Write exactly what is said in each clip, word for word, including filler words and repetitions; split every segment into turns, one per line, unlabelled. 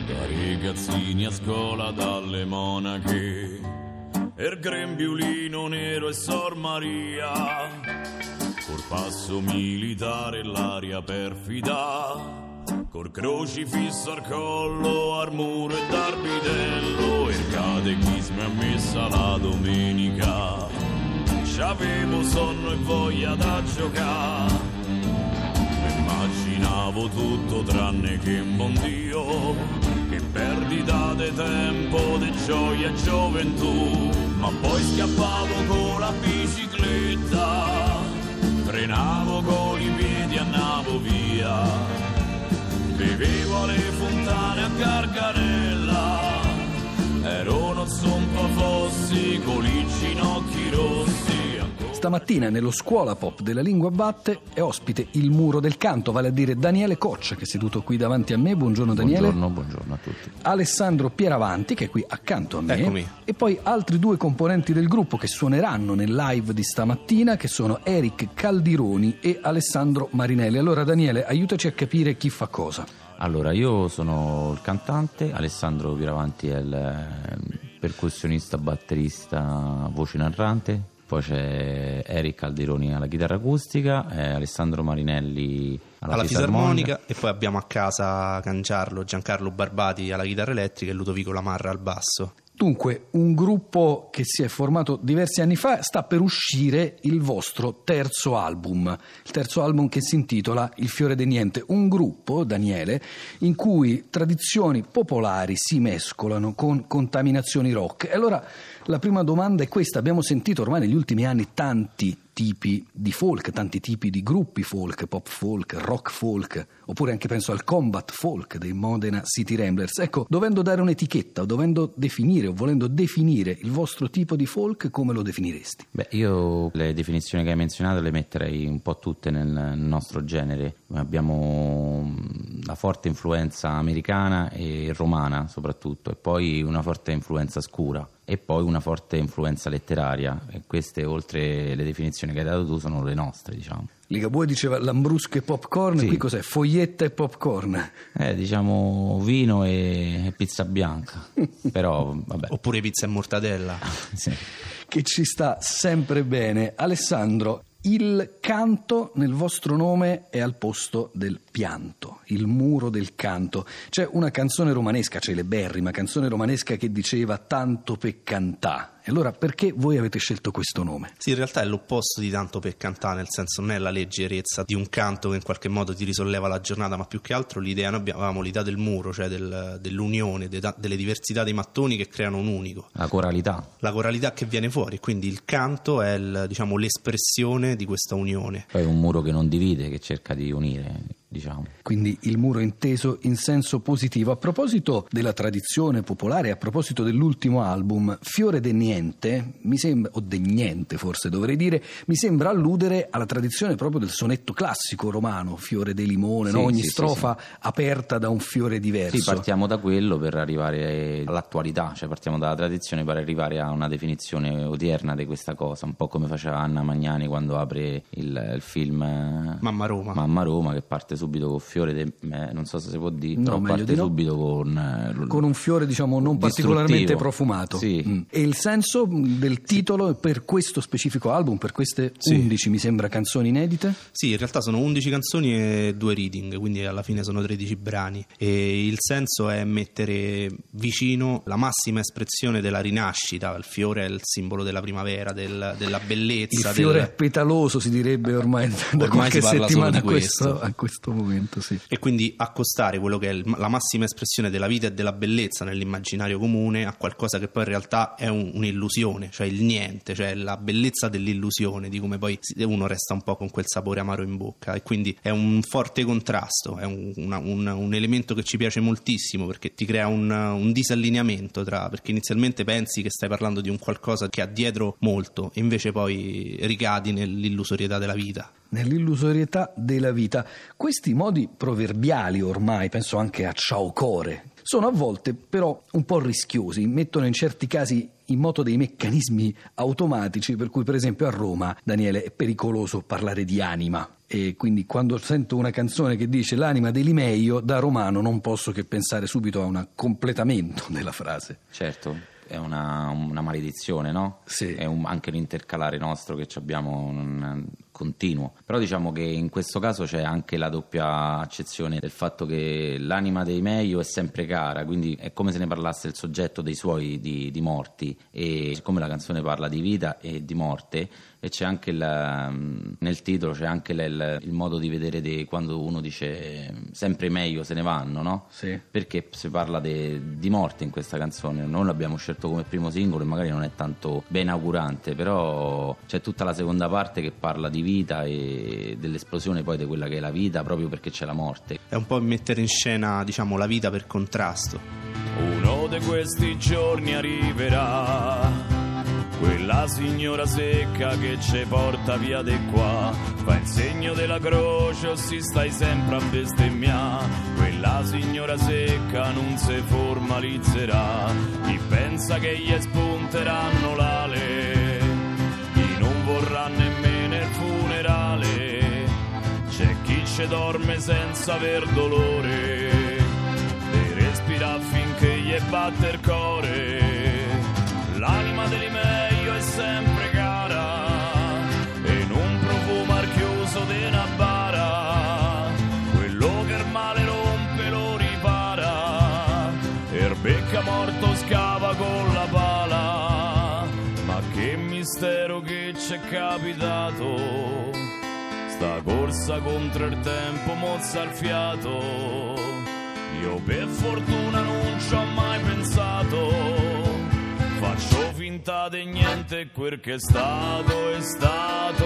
Da ragazzini a scuola dalle monache, er grembiulino nero e Sor Maria, col passo militare e l'aria perfida, col crocifisso al collo, al muro e dal bidello, e il catechismo a messa la domenica, c'avevo sonno e voglia da giocare. Immaginavo tutto tranne che un buon Dio, che perdita di tempo, di gioia e gioventù. Ma poi scappavo con la bicicletta, frenavo con i piedi, andavo via, bevevo alle fontane a Gargarella, ero uno zompo fossi con i ginocchi rossi.
Stamattina nello Scuola Pop della Lingua Batte è ospite il Muro del Canto, vale a dire Daniele Coccia, che è seduto qui davanti a me. Buongiorno Daniele.
Buongiorno, buongiorno a tutti.
Alessandro Pieravanti, che è qui accanto a me.
Eccomi.
E poi altri due componenti del gruppo che suoneranno nel live di stamattina, che sono Eric Caldironi e Alessandro Marinelli. Allora Daniele, aiutaci a capire chi fa cosa.
Allora, io sono il cantante, Alessandro Pieravanti è il percussionista, batterista, voce narrante. Poi c'è Eric Caldironi alla chitarra acustica, e Alessandro Marinelli alla,
alla
fisarmonica.
fisarmonica, e poi abbiamo a casa Canciarlo, Giancarlo Barbati alla chitarra elettrica e Ludovico Lamarra al basso.
Dunque, un gruppo che si è formato diversi anni fa, sta per uscire il vostro terzo album, il terzo album che si intitola Il Fiore del Niente, un gruppo, Daniele, in cui tradizioni popolari si mescolano con contaminazioni rock. E allora la prima domanda è questa: abbiamo sentito ormai negli ultimi anni tanti tipi di folk, tanti tipi di gruppi folk, pop folk, rock folk, oppure anche penso al combat folk dei Modena City Ramblers. Ecco, dovendo dare un'etichetta o dovendo definire o volendo definire il vostro tipo di folk, come lo definiresti?
Beh, io le definizioni che hai menzionato le metterei un po' tutte nel nostro genere. Abbiamo la forte influenza americana e romana soprattutto, e poi una forte influenza scura, e poi una forte influenza letteraria, e queste, oltre le definizioni che hai dato tu, sono le nostre, diciamo.
Ligabue diceva lambrusco e popcorn,
sì.
Qui cos'è? Foglietta e popcorn.
Eh, diciamo vino e, e pizza bianca, però vabbè.
Oppure pizza e mortadella.
Sì.
Che ci sta sempre bene. Alessandro, il canto nel vostro nome è al posto del pianto, il muro del canto. C'è una canzone romanesca, celeberrima canzone romanesca, che diceva tanto per cantà. E allora perché voi avete scelto questo nome?
Sì, in realtà è l'opposto di tanto per cantare, nel senso non è la leggerezza di un canto che in qualche modo ti risolleva la giornata, ma più che altro l'idea, noi avevamo l'idea del muro, cioè del, dell'unione, de, delle diversità dei mattoni che creano un unico.
La coralità.
La coralità che viene fuori, quindi il canto è il, diciamo, l'espressione di questa unione.
Poi un muro che non divide, che cerca di unire, diciamo.
Quindi il muro inteso in senso positivo. A proposito della tradizione popolare, a proposito dell'ultimo album, Fiore de Niente, mi sembra, o de niente forse dovrei dire, mi sembra alludere alla tradizione proprio del sonetto classico romano, Fiore de Limone,
sì,
no? Ogni
sì,
strofa
sì, sì.
aperta da un fiore diverso.
Sì, partiamo da quello per arrivare all'attualità, cioè partiamo dalla tradizione per arrivare a una definizione odierna di questa cosa, un po' come faceva Anna Magnani quando apre il, il film
Mamma Roma.
Mamma Roma, che parte subito con fiore de, eh, non so se si può dire,
no,
però parte
di no.
subito con eh,
con un fiore, diciamo, non particolarmente profumato.
Sì.
Mm. E il senso del titolo per questo specifico album, per queste
sì.
undici mi sembra canzoni inedite?
Sì, in realtà sono undici canzoni e due reading, quindi alla fine sono tredici brani, e il senso è mettere vicino la massima espressione della rinascita. Il fiore è il simbolo della primavera, del, della bellezza.
Il fiore
del...
è petaloso, si direbbe ormai da
ormai
qualche settimana a questo,
questo.
a questo momento, sì.
E quindi accostare quello che è il, la massima espressione della vita e della bellezza nell'immaginario comune a qualcosa che poi in realtà è un, un'illusione, cioè il niente, cioè la bellezza dell'illusione, di come poi uno resta un po' con quel sapore amaro in bocca. E quindi è un forte contrasto, è un, una, un, un elemento che ci piace moltissimo, perché ti crea un, un disallineamento tra, perché inizialmente pensi che stai parlando di un qualcosa che ha dietro molto, e invece poi ricadi nell'illusorietà della vita.
Nell'illusorietà della vita. Questi modi proverbiali ormai, penso anche a ciao core, sono a volte però un po' rischiosi, mettono in certi casi in moto dei meccanismi automatici per cui per esempio a Roma, Daniele, è pericoloso parlare di anima. E quindi quando sento una canzone che dice l'anima dell'Imeio, da romano non posso che pensare subito a un completamento della frase.
Certo, è una, una maledizione, no?
Sì.
È un, anche l'intercalare nostro che abbiamo un, continuo. Però diciamo che in questo caso c'è anche la doppia accezione del fatto che l'anima dei Meio è sempre cara, quindi è come se ne parlasse il soggetto dei suoi di, di morti, e siccome la canzone parla di vita e di morte, e c'è anche il, nel titolo c'è anche il, il modo di vedere di quando uno dice sempre meglio se ne vanno, no?
Sì.
Perché si parla de, di morte in questa canzone. Noi l'abbiamo scelto come primo singolo e magari non è tanto ben augurante, però c'è tutta la seconda parte che parla di vita e dell'esplosione poi di quella che è la vita, proprio perché c'è la morte.
È un po' mettere in scena, diciamo, la vita per contrasto.
Uno di questi giorni arriverà quella signora secca che ci porta via di qua, fa il segno della croce o si stai sempre a bestemmiare. Quella signora secca non si formalizzerà, chi pensa che gli spunteranno l'ale, chi non vorrà nemmeno il funerale. C'è chi ci dorme senza aver dolore, e respira finché gli batte il cuore. L'anima dell'Imeio è sempre cara e non profuma il chiuso di una bara. Quello che il male rompe lo ripara, e il becca morto scava con la pala. Ma che mistero che c'è capitato, sta corsa contro il tempo mozza il fiato. Io per fortuna non ci ho mai pensato, faccio finta di niente, quel che è stato è stato.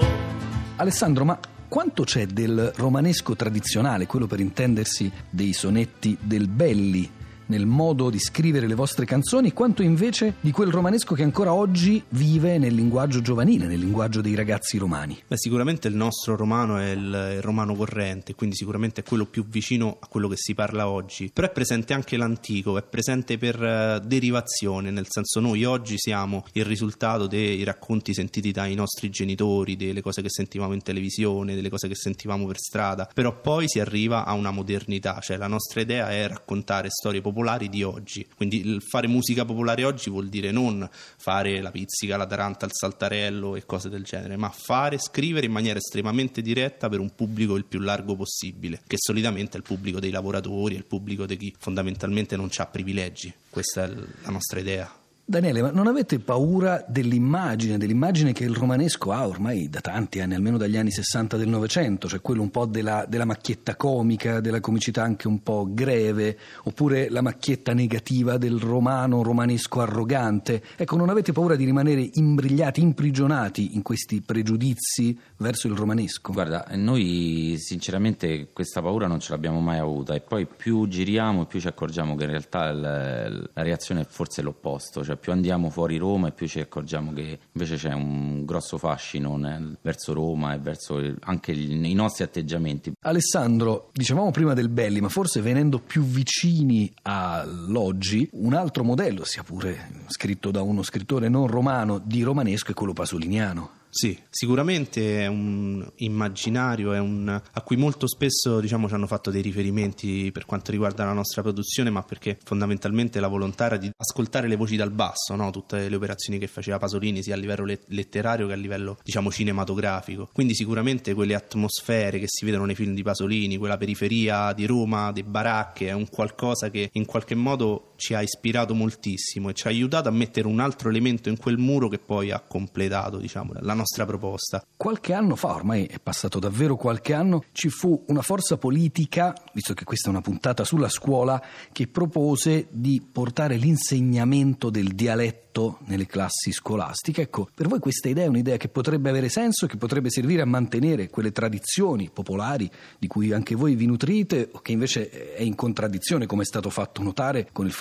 Alessandro, ma quanto c'è del romanesco tradizionale, quello per intendersi dei sonetti del Belli, nel modo di scrivere le vostre canzoni, quanto invece di quel romanesco che ancora oggi vive nel linguaggio giovanile, nel linguaggio dei ragazzi romani?
Beh, sicuramente il nostro romano è il, il romano corrente, quindi sicuramente è quello più vicino a quello che si parla oggi, però è presente anche l'antico, è presente per uh, derivazione, nel senso noi oggi siamo il risultato dei racconti sentiti dai nostri genitori, delle cose che sentivamo in televisione, delle cose che sentivamo per strada, però poi si arriva a una modernità, cioè la nostra idea è raccontare storie popolari popolari di oggi. Quindi il fare musica popolare oggi vuol dire non fare la pizzica, la taranta, il saltarello e cose del genere, ma fare, scrivere in maniera estremamente diretta per un pubblico il più largo possibile, che solitamente è il pubblico dei lavoratori, è il pubblico di chi fondamentalmente non ha privilegi. Questa è la nostra idea.
Daniele, ma non avete paura dell'immagine, dell'immagine che il romanesco ha ormai da tanti anni, almeno dagli anni sessanta del Novecento, cioè quello un po' della, della macchietta comica, della comicità anche un po' greve, oppure la macchietta negativa del romano romanesco arrogante? Ecco, non avete paura di rimanere imbrigliati, imprigionati in questi pregiudizi verso il romanesco?
Guarda, noi sinceramente questa paura non ce l'abbiamo mai avuta, e poi più giriamo più ci accorgiamo che in realtà il, la reazione è forse l'opposto, cioè più andiamo fuori Roma e più ci accorgiamo che invece c'è un grosso fascino nel, verso Roma e verso il, anche il, i nostri atteggiamenti.
Alessandro, dicevamo prima del Belli, ma forse venendo più vicini all'oggi, un altro modello, sia pure scritto da uno scrittore non romano, di romanesco è quello pasoliniano.
Sì, sicuramente è un immaginario, è un, a cui molto spesso diciamo ci hanno fatto dei riferimenti per quanto riguarda la nostra produzione, ma perché fondamentalmente la volontà era di ascoltare le voci dal basso, no? Tutte le operazioni che faceva Pasolini sia a livello let- letterario che a livello diciamo cinematografico, quindi sicuramente quelle atmosfere che si vedono nei film di Pasolini, quella periferia di Roma, dei baracche, è un qualcosa che in qualche modo ci ha ispirato moltissimo e ci ha aiutato a mettere un altro elemento in quel muro che poi ha completato diciamo la nostra nostra proposta.
Qualche anno fa, ormai è passato davvero qualche anno, ci fu una forza politica, visto che questa è una puntata sulla scuola, che propose di portare l'insegnamento del dialetto nelle classi scolastiche. Ecco, per voi questa idea è un'idea che potrebbe avere senso, che potrebbe servire a mantenere quelle tradizioni popolari di cui anche voi vi nutrite, o che invece è in contraddizione, come è stato fatto notare, con il fatto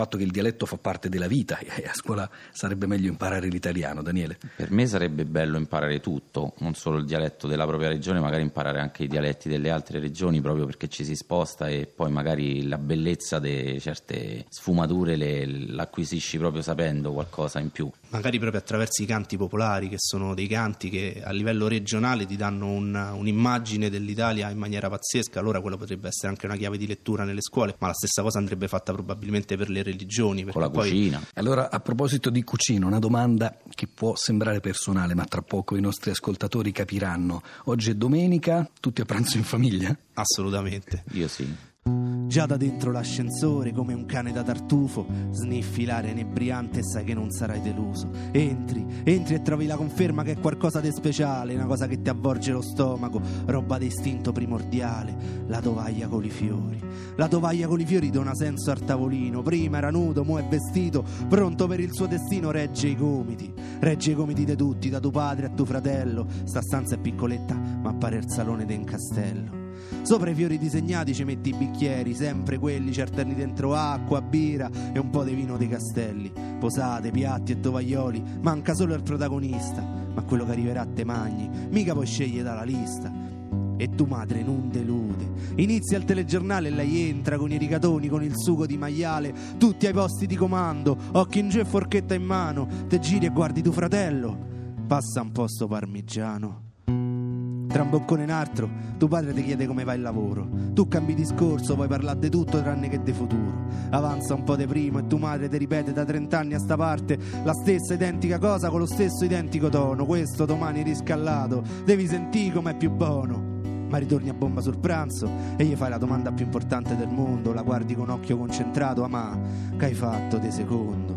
fatto che il dialetto fa parte della vita e a scuola sarebbe meglio imparare l'italiano, Daniele.
Per me sarebbe bello imparare tutto, non solo il dialetto della propria regione, magari imparare anche i dialetti delle altre regioni, proprio perché ci si sposta e poi magari la bellezza di certe sfumature le, l'acquisisci proprio sapendo qualcosa in più.
Magari proprio attraverso i canti popolari, che sono dei canti che a livello regionale ti danno un, un'immagine dell'Italia in maniera pazzesca. Allora quello potrebbe essere anche una chiave di lettura nelle scuole, ma la stessa cosa andrebbe fatta probabilmente per le religioni,
con la
poi...
cucina.
Allora, a proposito di cucina, una domanda che può sembrare personale, ma tra poco i nostri ascoltatori capiranno. Oggi è domenica, tutti a pranzo in famiglia?
Assolutamente.
Io sì.
Già da dentro l'ascensore, come un cane da tartufo, sniffi l'aria inebriante e sai che non sarai deluso. Entri, entri e trovi la conferma che è qualcosa di speciale, una cosa che ti avvolge lo stomaco, roba di istinto primordiale. La tovaglia con i fiori. La tovaglia con i fiori dona senso al tavolino. Prima era nudo, mo' è vestito, pronto per il suo destino, regge i gomiti. Regge i gomiti di tutti, da tuo padre a tuo fratello. Sta stanza è piccoletta, ma pare il salone d'un castello. Sopra i fiori disegnati ci metti i bicchieri, sempre quelli, ci alterni dentro acqua, birra e un po' di vino dei castelli. Posate, piatti e tovaglioli, manca solo il protagonista, ma quello che arriverà a te magni, mica puoi scegliere dalla lista. E tu madre non delude. Inizia il telegiornale e lei entra con i rigatoni, con il sugo di maiale, tutti ai posti di comando, occhi in giù e forchetta in mano. Te giri e guardi tuo fratello, passa un po' sto parmigiano. Tra un boccone e un altro, tuo padre ti chiede come va il lavoro. Tu cambi discorso, vuoi parlare di tutto tranne che di futuro. Avanza un po' di prima e tua madre ti ripete da trent'anni a sta parte la stessa identica cosa con lo stesso identico tono. Questo domani riscallato, devi sentire com'è più buono. Ma ritorni a bomba sul pranzo e gli fai la domanda più importante del mondo. La guardi con occhio concentrato, ah ma, che hai fatto de secondo?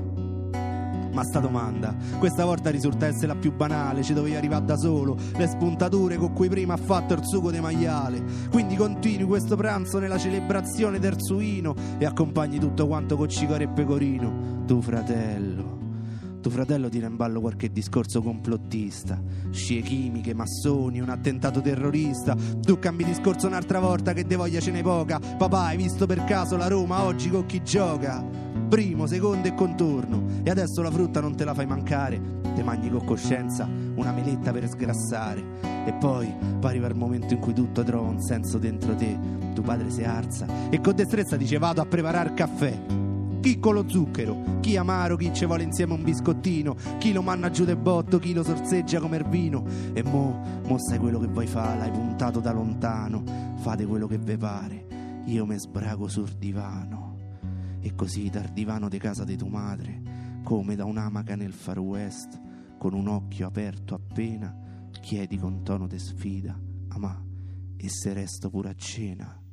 Ma sta domanda, questa volta risulta essere la più banale, ci dovevi arrivare da solo, le spuntature con cui prima ha fatto il sugo di maiale. Quindi continui questo pranzo nella celebrazione del suino e accompagni tutto quanto con cicore e pecorino. Tu fratello, tuo fratello tira in ballo qualche discorso complottista, scie chimiche, massoni, un attentato terrorista. Tu cambi discorso un'altra volta che de voglia ce n'è poca. Papà, hai visto per caso la Roma oggi con chi gioca? Primo, secondo e contorno. E adesso la frutta non te la fai mancare, te mangi con coscienza una meletta per sgrassare. E poi poi arriva il momento in cui tutto trova un senso dentro te. Tuo padre si alza e con destrezza dice vado a preparare caffè. Chi con lo zucchero, chi amaro, chi ci vuole insieme un biscottino, chi lo manna giù del botto, chi lo sorseggia come il vino. E mo, mo sai quello che vuoi fare, l'hai puntato da lontano. Fate quello che vi pare, io me sbrago sul divano. E così dal divano di casa di tua madre, come da un'amaca nel Far West, con un occhio aperto appena, chiedi con tono di sfida, ah ma, e se resto pure a cena?